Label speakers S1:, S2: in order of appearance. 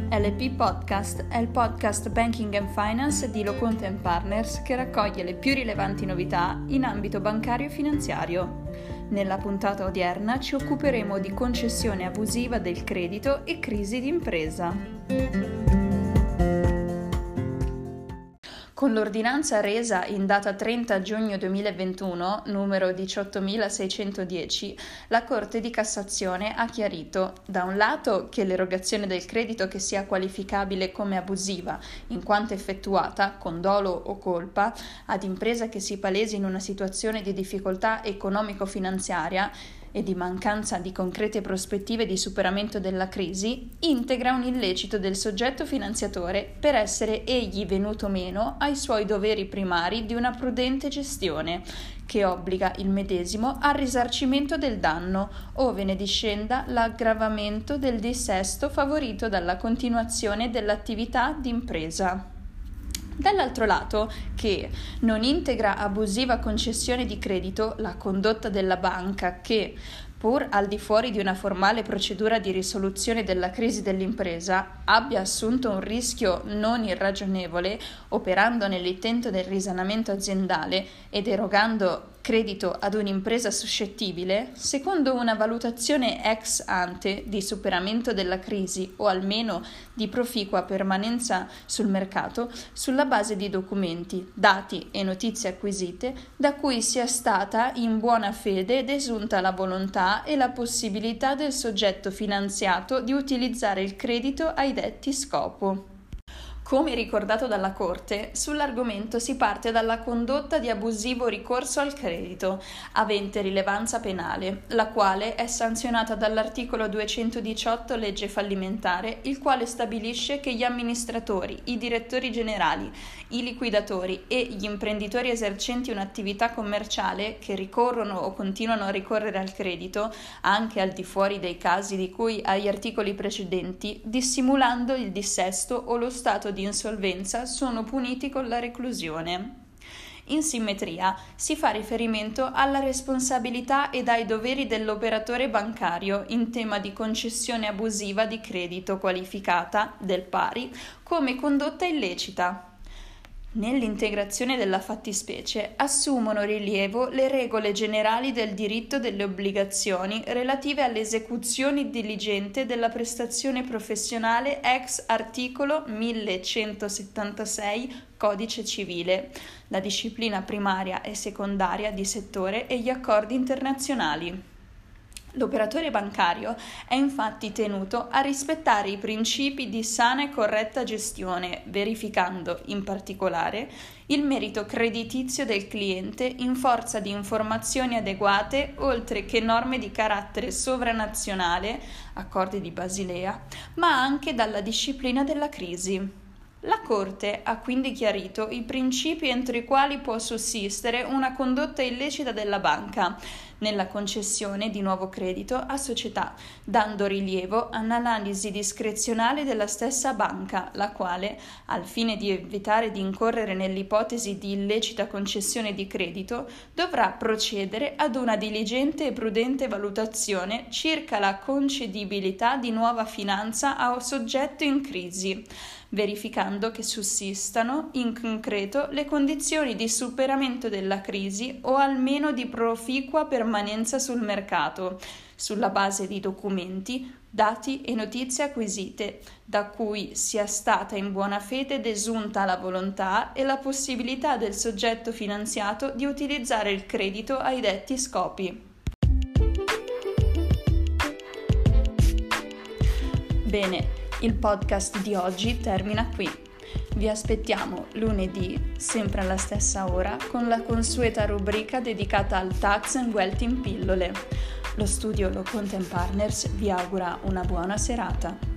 S1: LP Podcast è il podcast Banking and Finance di Loconte & Partners che raccoglie le più rilevanti novità in ambito bancario e finanziario. Nella puntata odierna ci occuperemo di concessione abusiva del credito e crisi d'impresa. Con l'ordinanza resa in data 30 giugno 2021, numero 18.610, la Corte di Cassazione ha chiarito, da un lato, che l'erogazione del credito che sia qualificabile come abusiva, in quanto effettuata, con dolo o colpa, ad impresa che si palesi in una situazione di difficoltà economico-finanziaria e di mancanza di concrete prospettive di superamento della crisi, integra un illecito del soggetto finanziatore per essere egli venuto meno ai suoi doveri primari di una prudente gestione, che obbliga il medesimo al risarcimento del danno, ove ne discenda l'aggravamento del dissesto favorito dalla continuazione dell'attività d'impresa. Dall'altro lato, che non integra abusiva concessione di credito la condotta della banca che, pur al di fuori di una formale procedura di risoluzione della crisi dell'impresa, abbia assunto un rischio non irragionevole, operando nell'intento del risanamento aziendale ed erogando credito ad un'impresa suscettibile, secondo una valutazione ex ante di superamento della crisi o almeno di proficua permanenza sul mercato, sulla base di documenti, dati e notizie acquisite, da cui sia stata in buona fede desunta la volontà e la possibilità del soggetto finanziato di utilizzare il credito ai detti scopo. Come ricordato dalla Corte, sull'argomento si parte dalla condotta di abusivo ricorso al credito, avente rilevanza penale, la quale è sanzionata dall'articolo 218 legge fallimentare, il quale stabilisce che gli amministratori, i direttori generali, i liquidatori e gli imprenditori esercenti un'attività commerciale che ricorrono o continuano a ricorrere al credito, anche al di fuori dei casi di cui agli articoli precedenti, dissimulando il dissesto o lo stato di insolvenza, sono puniti con la reclusione. In simmetria si fa riferimento alla responsabilità ed ai doveri dell'operatore bancario in tema di concessione abusiva di credito qualificata, del pari, come condotta illecita. Nell'integrazione della fattispecie assumono rilievo le regole generali del diritto delle obbligazioni relative all'esecuzione diligente della prestazione professionale ex articolo 1176 Codice Civile, la disciplina primaria e secondaria di settore e gli accordi internazionali. L'operatore bancario è infatti tenuto a rispettare i principi di sana e corretta gestione, verificando, in particolare, il merito creditizio del cliente in forza di informazioni adeguate, oltre che norme di carattere sovranazionale, accordi di Basilea, ma anche dalla disciplina della crisi. La Corte ha quindi chiarito i principi entro i quali può sussistere una condotta illecita della banca nella concessione di nuovo credito a società, dando rilievo all'analisi discrezionale della stessa banca, la quale, al fine di evitare di incorrere nell'ipotesi di illecita concessione di credito, dovrà procedere ad una diligente e prudente valutazione circa la concedibilità di nuova finanza a soggetto in crisi, verificando che sussistano in concreto le condizioni di superamento della crisi o almeno di proficua permanenza sul mercato, sulla base di documenti, dati e notizie acquisite, da cui sia stata in buona fede desunta la volontà e la possibilità del soggetto finanziato di utilizzare il credito ai detti scopi. Bene, il podcast di oggi termina qui. Vi aspettiamo lunedì, sempre alla stessa ora, con la consueta rubrica dedicata al Tax and Wealth in pillole. Lo studio Loconte & Partners vi augura una buona serata.